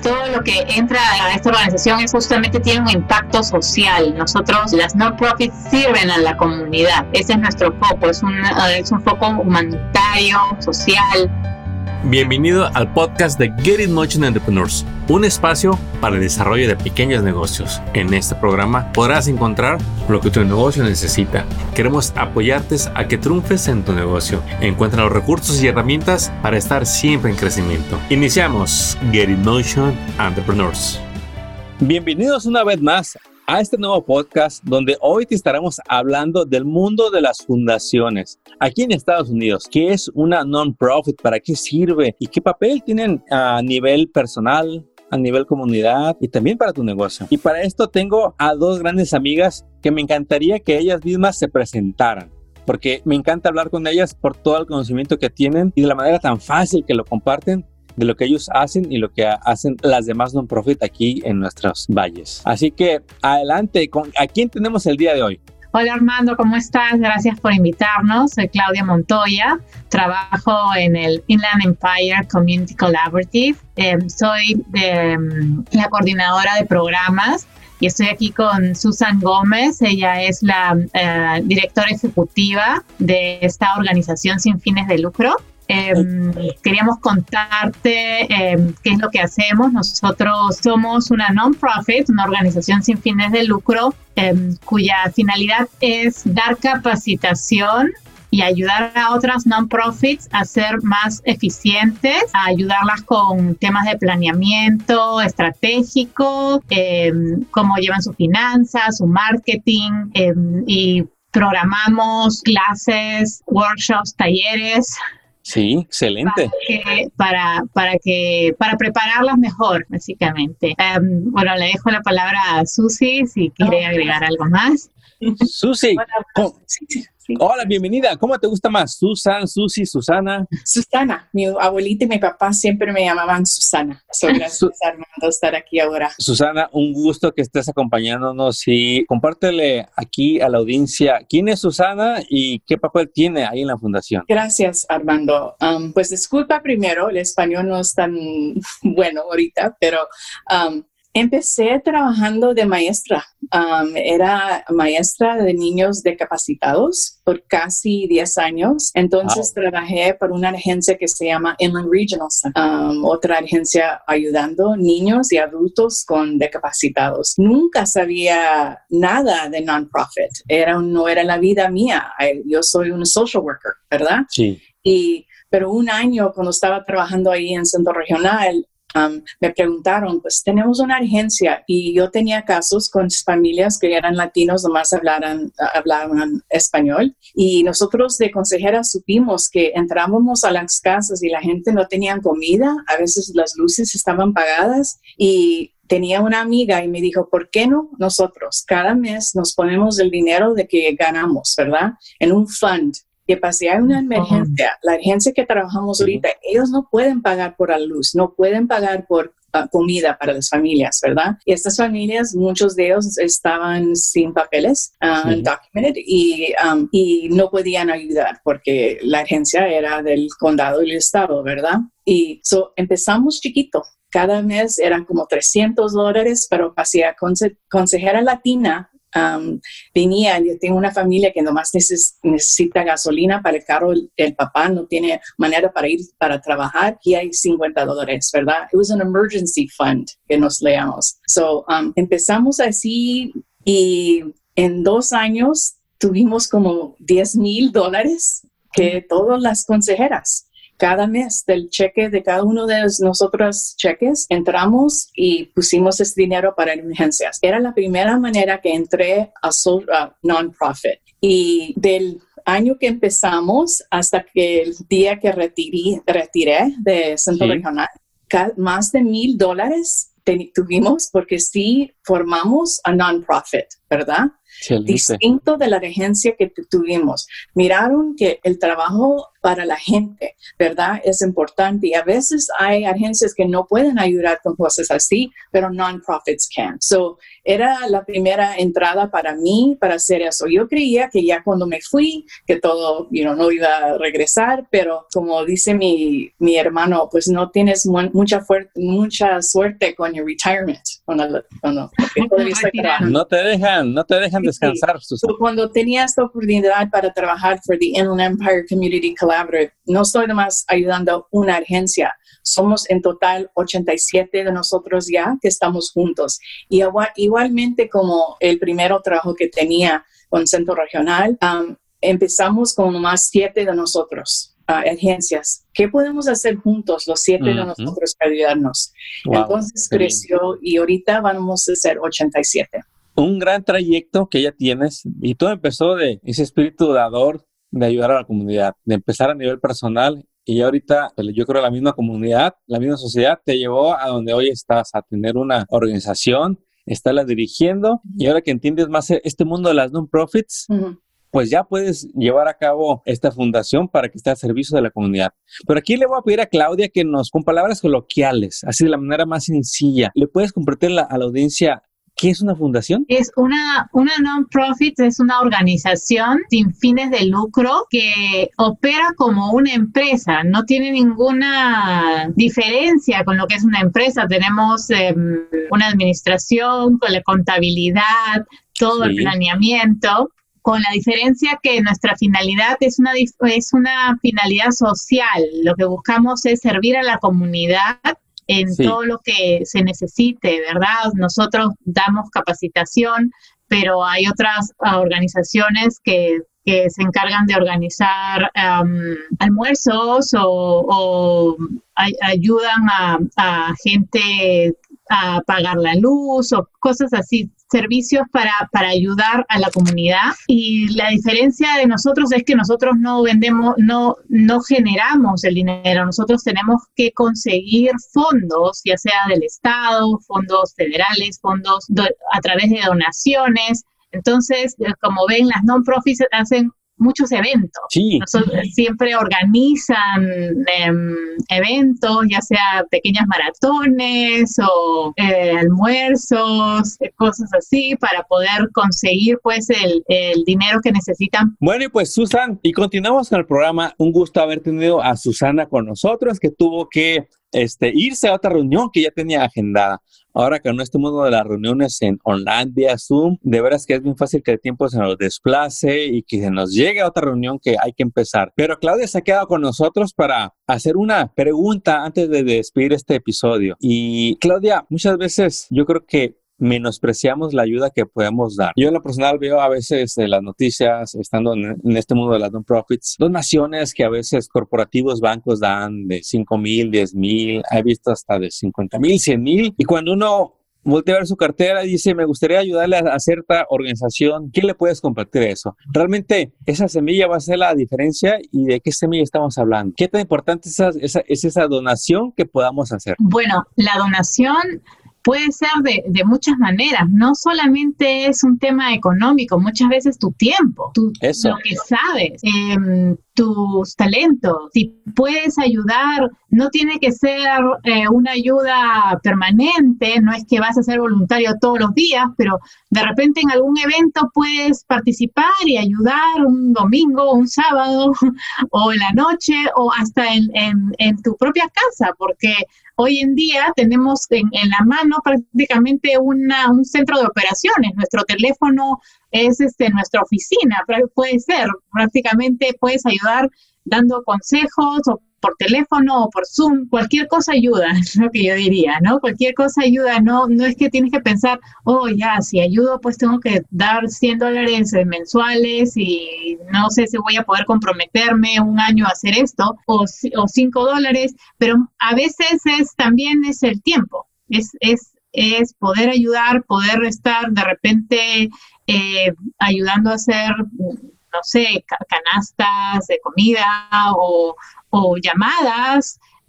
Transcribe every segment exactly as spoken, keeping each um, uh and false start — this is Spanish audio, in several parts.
todo lo que entra a esta organización es justamente tiene un impacto social. Nosotros, las non-profits, sirven a la comunidad. Ese es nuestro foco, es un, es un foco humanitario, social. Bienvenido al podcast de Get It Motion Entrepreneurs, un espacio para el desarrollo de pequeños negocios. En este programa podrás encontrar lo que tu negocio necesita. Queremos apoyarte a que triunfes en tu negocio. Encuentra los recursos y herramientas para estar siempre en crecimiento. Iniciamos Get It Motion Entrepreneurs. Bienvenidos una vez más a este nuevo podcast donde hoy te estaremos hablando del mundo de las fundaciones aquí en Estados Unidos. ¿Qué es una non-profit? ¿Para qué sirve? ¿Y qué papel tienen a nivel personal, a nivel comunidad y también para tu negocio? Y para esto tengo a dos grandes amigas que me encantaría que ellas mismas se presentaran, porque me encanta hablar con ellas por todo el conocimiento que tienen y de la manera tan fácil que lo comparten de lo que ellos hacen y lo que hacen las demás non-profit aquí en nuestros valles. Así que adelante, ¿a quién tenemos el día de hoy? Hola Armando, ¿cómo estás? Gracias por invitarnos. Soy Claudia Montoya, trabajo en el Inland Empire Community Collaborative. Eh, soy de, um, la coordinadora de programas y estoy aquí con Susan Gómez. Ella es la uh, directora ejecutiva de esta organización sin fines de lucro. Eh, queríamos contarte eh, qué es lo que hacemos. Nosotros somos una non-profit, una organización sin fines de lucro, eh, cuya finalidad es dar capacitación y ayudar a otras non-profits a ser más eficientes, a ayudarlas con temas de planeamiento estratégico, eh, cómo llevan sus finanzas, su marketing, eh, y programamos clases, workshops, talleres. Sí, excelente. Para que, para, para que, para prepararlas mejor, básicamente. Um, bueno, le dejo la palabra a Susi si quiere agregar algo más. Susi, ¿cómo? Sí. Hola, bienvenida. ¿Cómo te gusta más? Susan, Susi, Susana. Susana. Mi abuelita y mi papá siempre me llamaban Susana. So, gracias, Su- Armando, por estar aquí ahora. Susana, un gusto que estés acompañándonos y compártele aquí a la audiencia quién es Susana y qué papel tiene ahí en la fundación. Gracias, Armando. Um, pues disculpa primero, el español no es tan bueno ahorita, pero um, empecé trabajando de maestra. Um, era maestra de niños discapacitados por casi diez años. Entonces wow. Trabajé por una agencia que se llama Inland Regional Center, um, otra agencia ayudando niños y adultos con discapacitados. Nunca sabía nada de non-profit. Era, no era la vida mía. Yo soy una social worker, ¿verdad? Sí. Y, pero un año cuando estaba trabajando ahí en Centro Regional, Um, me preguntaron, pues tenemos una agencia y yo tenía casos con familias que eran latinos, nomás hablaran, hablaban español y nosotros de consejeras supimos que entrábamos a las casas y la gente no tenía comida, a veces las luces estaban apagadas y tenía una amiga y me dijo, ¿por qué no nosotros cada mes nos ponemos el dinero de que ganamos, ¿verdad? En un fund. Que si hay una emergencia, la agencia que trabajamos ahorita, ellos no pueden pagar por la luz, no pueden pagar por uh, comida para las familias, ¿verdad? Y estas familias, muchos de ellos estaban sin papeles, uh, sí. undocumented, y, um, y no podían ayudar porque la agencia era del condado y el estado, ¿verdad? Y so, empezamos chiquito. Cada mes eran como trescientos dólares, pero hacía conse- consejera latina. Um, venía, yo tengo una familia que nomás neces- necesita gasolina para el carro, el, el papá no tiene manera para ir para trabajar y hay cincuenta dólares, ¿verdad? It was an emergency fund que nos leamos. So, um, empezamos así y en dos años tuvimos como diez mil dólares que todas las consejeras. Cada mes del cheque de cada uno de nosotros cheques, entramos y pusimos ese dinero para emergencias. Era la primera manera que entré a, so, a non-profit. Y del año que empezamos hasta que el día que retiré, retiré de Centro sí. Regional, más de mil dólares tuvimos porque sí formamos a non-profit, ¿verdad? Excelente. Distinto de la agencia que tu- tuvimos. Miraron que el trabajo para la gente, ¿verdad? Es importante y a veces hay agencias que no pueden ayudar con cosas así, pero non-profits can. So, era la primera entrada para mí para hacer eso. Yo creía que ya cuando me fui, que todo, you know, no iba a regresar, pero como dice mi, mi hermano, pues no tienes mu- mucha, fuer- mucha suerte con el retirement. Cuando, cuando, porque todavía estoy trabajando. No te dejan, no te dejan Sí, descansar, sí. Susana. So, cuando tenía esta oportunidad para trabajar for the Inland Empire Community Collaborative, no estoy nomás ayudando a una agencia. Somos en total ochenta y siete de nosotros ya que estamos juntos. Y igual, igualmente como el primer trabajo que tenía con Centro Regional, um, empezamos con nomás siete de nosotros, uh, agencias. ¿Qué podemos hacer juntos los siete uh-huh. de nosotros para ayudarnos? Wow, Entonces creció bien. Y ahorita vamos a ser ochenta y siete. Un gran trayecto que ya tienes y todo empezó de ese espíritu dador de ayudar a la comunidad, de empezar a nivel personal y ahorita yo creo la misma comunidad, la misma sociedad te llevó a donde hoy estás, a tener una organización, estarla dirigiendo uh-huh. y ahora que entiendes más este mundo de las non-profits, uh-huh. pues ya puedes llevar a cabo esta fundación para que esté al servicio de la comunidad. Pero aquí le voy a pedir a Claudia que nos, con palabras coloquiales, así de la manera más sencilla, le puedes compartir la, a la audiencia. ¿Qué es una fundación? Es una, una non-profit, es una organización sin fines de lucro que opera como una empresa, no tiene ninguna diferencia con lo que es una empresa. Tenemos eh, una administración, con la contabilidad, todo sí. el planeamiento, con la diferencia que nuestra finalidad es una, es una finalidad social. Lo que buscamos es servir a la comunidad en sí. todo lo que se necesite, ¿verdad? Nosotros damos capacitación, pero hay otras uh, organizaciones que, que se encargan de organizar um, almuerzos o, o a, ayudan a, a gente a pagar la luz o cosas así, servicios para, para ayudar a la comunidad. Y la diferencia de nosotros es que nosotros no vendemos, no, no generamos el dinero, nosotros tenemos que conseguir fondos, ya sea del Estado, fondos federales, fondos do, a través de donaciones. Entonces, como ven, las non-profits hacen muchos eventos. Sí. Nosotros siempre organizan eh, eventos, ya sea pequeñas maratones o eh, almuerzos, cosas así, para poder conseguir pues el, el dinero que necesitan. Bueno, y pues Susan, y continuamos con el programa. Un gusto haber tenido a Susana con nosotros, que tuvo que este, irse a otra reunión que ya tenía agendada. Ahora que en este mundo de las reuniones en online vía Zoom, de veras que es bien fácil que el tiempo se nos desplace y que se nos llegue a otra reunión que hay que empezar. Pero Claudia se ha quedado con nosotros para hacer una pregunta antes de despedir este episodio. Y Claudia, muchas veces yo creo que menospreciamos la ayuda que podemos dar. Yo en lo personal veo a veces en las noticias, estando en, en este mundo de las non-profits, donaciones que a veces corporativos, bancos dan de cinco mil, diez mil, he visto hasta de cincuenta mil, cien mil, y cuando uno voltea a ver su cartera y dice, me gustaría ayudarle a, a cierta organización, ¿qué le puedes compartir eso? Realmente esa semilla va a ser la diferencia. ¿Y de qué semilla estamos hablando? ¿Qué tan importante es esa, esa, es esa donación que podamos hacer? Bueno, la donación puede ser de, de muchas maneras, no solamente es un tema económico, muchas veces tu tiempo, tu, Eso. lo que sabes, eh, tus talentos. Si puedes ayudar, no tiene que ser eh, una ayuda permanente, no es que vas a ser voluntario todos los días, pero de repente en algún evento puedes participar y ayudar un domingo, un sábado o en la noche o hasta en, en, en tu propia casa, porque hoy en día tenemos en, en la mano prácticamente una, un centro de operaciones. Nuestro teléfono es este, nuestra oficina, puede ser, prácticamente puedes ayudar dando consejos o por teléfono o por Zoom, cualquier cosa ayuda, es lo que yo diría, ¿no? Cualquier cosa ayuda, no, no es que tienes que pensar, oh, ya, si ayudo, pues tengo que dar cien dólares mensuales y no sé si voy a poder comprometerme un año a hacer esto, o, o cinco dólares, pero a veces es también es el tiempo, es, es, es poder ayudar, poder estar de repente eh, ayudando a hacer, no sé, canastas de comida o, o llamadas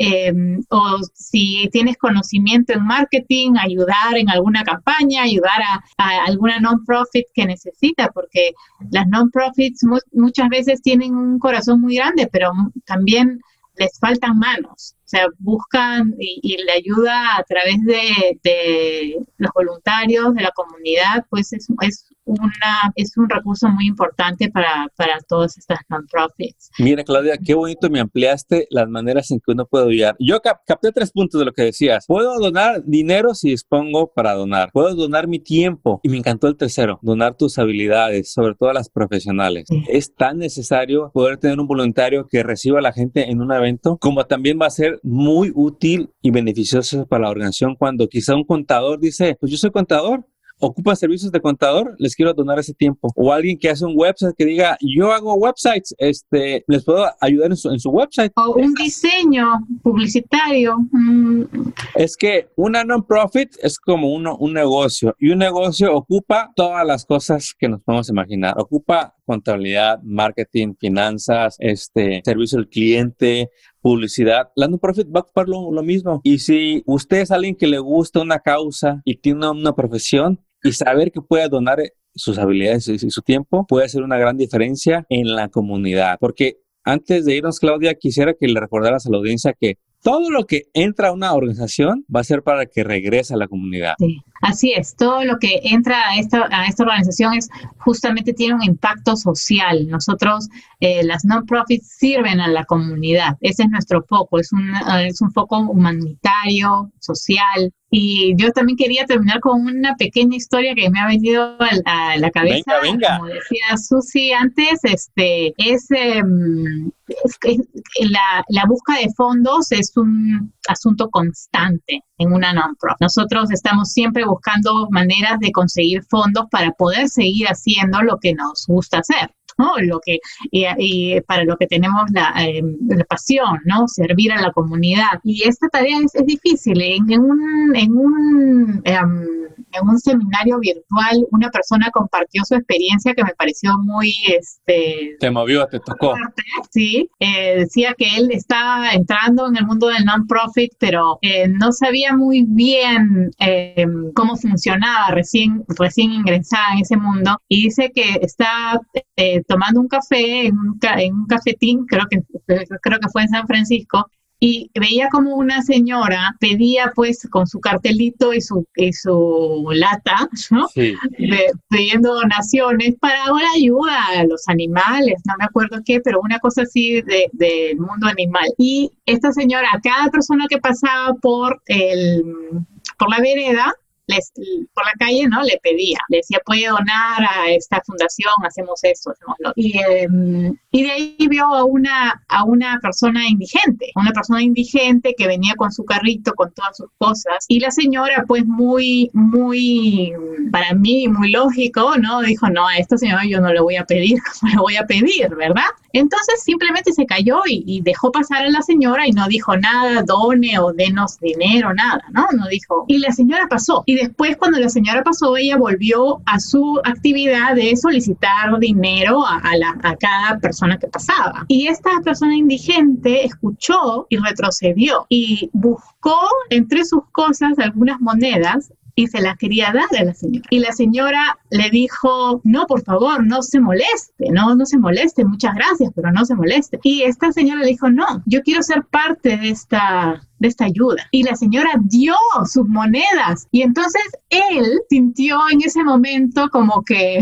eh, o si tienes conocimiento en marketing, ayudar en alguna campaña, ayudar a, a alguna non-profit que necesita, porque las non-profits mu- muchas veces tienen un corazón muy grande, pero también les faltan manos. O sea, buscan y, y la ayuda a través de, de los voluntarios, de la comunidad, pues es, es, una, es un recurso muy importante para, para todas estas non-profits. Mira, Claudia, qué bonito me ampliaste las maneras en que uno puede ayudar. Yo cap- capté tres puntos de lo que decías. Puedo donar dinero si dispongo para donar. Puedo donar mi tiempo. Y me encantó el tercero, donar tus habilidades, sobre todo las profesionales. Sí. Es tan necesario poder tener un voluntario que reciba a la gente en un evento, como también va a ser muy útil y beneficioso para la organización cuando quizá un contador dice, pues yo soy contador, ocupa servicios de contador, les quiero donar ese tiempo. O alguien que hace un website que diga, yo hago websites, este, les puedo ayudar en su, en su website. O un diseño publicitario. Mm. Es que una non-profit es como uno, un negocio, y un negocio ocupa todas las cosas que nos podemos imaginar. Ocupa contabilidad, marketing, finanzas, este, servicio al cliente, publicidad. La non-profit va a ocupar lo, lo mismo. Y si usted es alguien que le gusta una causa y tiene una, una profesión, y saber que puede donar sus habilidades y su tiempo puede hacer una gran diferencia en la comunidad. Porque antes de irnos, Claudia, quisiera que le recordaras a la audiencia que todo lo que entra a una organización va a ser para que regrese a la comunidad. Sí, así es. Todo lo que entra a esta, a esta organización es justamente tiene un impacto social. Nosotros, eh, las non-profits sirven a la comunidad. Ese es nuestro foco. Es un, uh, es un foco humanitario, social. Y yo también quería terminar con una pequeña historia que me ha venido a, a la cabeza. Venga, venga. Como decía Susi antes, este, es, eh, es, es la, la búsqueda de fondos es un asunto constante en una non-profit. Nosotros estamos siempre buscando maneras de conseguir fondos para poder seguir haciendo lo que nos gusta hacer, ¿no? Lo que, y, y para lo que tenemos la, eh, la pasión, ¿no? Servir a la comunidad. Y esta tarea es, es difícil. En, en un, en un, um, en un seminario virtual, una persona compartió su experiencia que me pareció muy... Este, te movió, te tocó. Fuerte, sí, eh, decía que él estaba entrando en el mundo del non-profit, pero eh, no sabía muy bien eh, cómo funcionaba, recién, recién ingresada en ese mundo, y dice que está eh, tomando un café en un, ca- en un cafetín, creo que, creo que fue en San Francisco, y veía como una señora pedía pues con su cartelito y su, y su lata, ¿no? Sí. De, pidiendo donaciones para una ayuda a los animales, no me acuerdo qué, pero una cosa así del de mundo animal. Y esta señora, a cada persona que pasaba por, el, por la vereda, Les, por la calle, ¿no? Le pedía, le decía, puede donar a esta fundación, hacemos esto, hacemos lo. Y, eh, y de ahí vio a una, a una persona indigente, una persona indigente que venía con su carrito, con todas sus cosas, y la señora, pues muy, muy, para mí, muy lógico, ¿no? Dijo, no, a esta señora yo no le voy a pedir, no le voy a pedir, ¿verdad? Entonces simplemente se cayó y, y dejó pasar a la señora y no dijo nada, done o denos dinero, nada, ¿no? No dijo. Y la señora pasó. Y después, cuando la señora pasó, ella volvió a su actividad de solicitar dinero a, a, la, a cada persona que pasaba. Y esta persona indigente escuchó y retrocedió y buscó entre sus cosas algunas monedas y se las quería dar a la señora. Y la señora le dijo, no, por favor, no se moleste, no, no se moleste, muchas gracias, pero no se moleste. Y esta señora le dijo, no, yo quiero ser parte de esta, de esta ayuda. Y la señora dio sus monedas. Y entonces él sintió en ese momento como que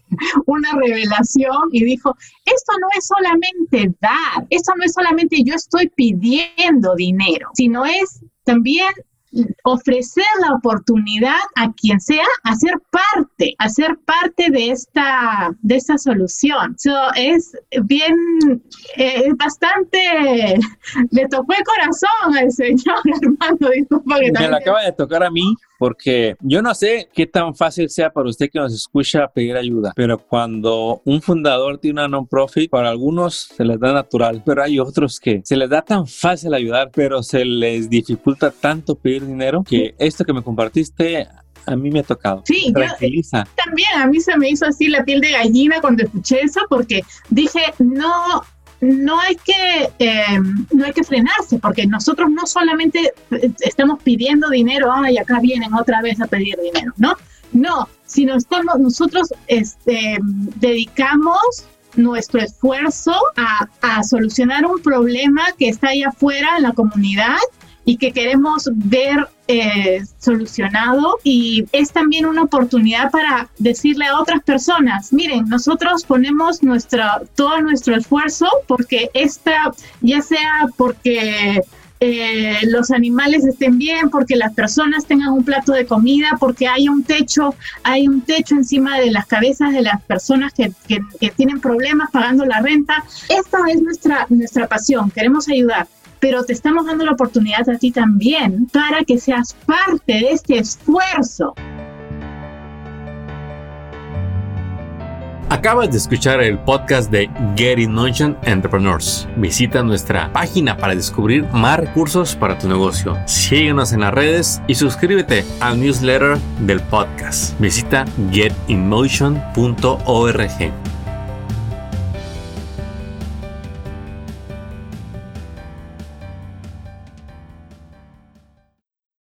una revelación y dijo, esto no es solamente dar, esto no es solamente yo estoy pidiendo dinero, sino es también ofrecer la oportunidad a quien sea a ser parte, a ser parte de esta, de esta solución. So, es bien, es eh, bastante, le tocó el corazón al señor Armando. Disculpa que me lo acaba de tocar a mí, porque yo no sé qué tan fácil sea para usted que nos escucha pedir ayuda, pero cuando un fundador tiene una non-profit, para algunos se les da natural, pero hay otros que se les da tan fácil ayudar, pero se les dificulta tanto pedir dinero, que esto que me compartiste a mí me ha tocado. Sí, tranquiliza. Yo, también a mí se me hizo así la piel de gallina cuando escuché eso, porque dije, no, no hay que eh, no hay que frenarse, porque nosotros no solamente estamos pidiendo dinero, ay, acá vienen otra vez a pedir dinero, ¿no? No, sino estamos, nosotros este, dedicamos nuestro esfuerzo a, a solucionar un problema que está allá afuera en la comunidad y que queremos ver eh, solucionado, y es también una oportunidad para decirle a otras personas, miren, nosotros ponemos nuestra, todo nuestro esfuerzo porque esta, ya sea porque eh, los animales estén bien, porque las personas tengan un plato de comida, porque hay un techo, hay un techo encima de las cabezas de las personas que, que, que tienen problemas pagando la renta. Esta es nuestra, nuestra pasión, queremos ayudar. Pero te estamos dando la oportunidad a ti también para que seas parte de este esfuerzo. Acabas de escuchar el podcast de Get in Motion Entrepreneurs. Visita nuestra página para descubrir más recursos para tu negocio. Síguenos en las redes y suscríbete al newsletter del podcast. Visita get in motion punto org.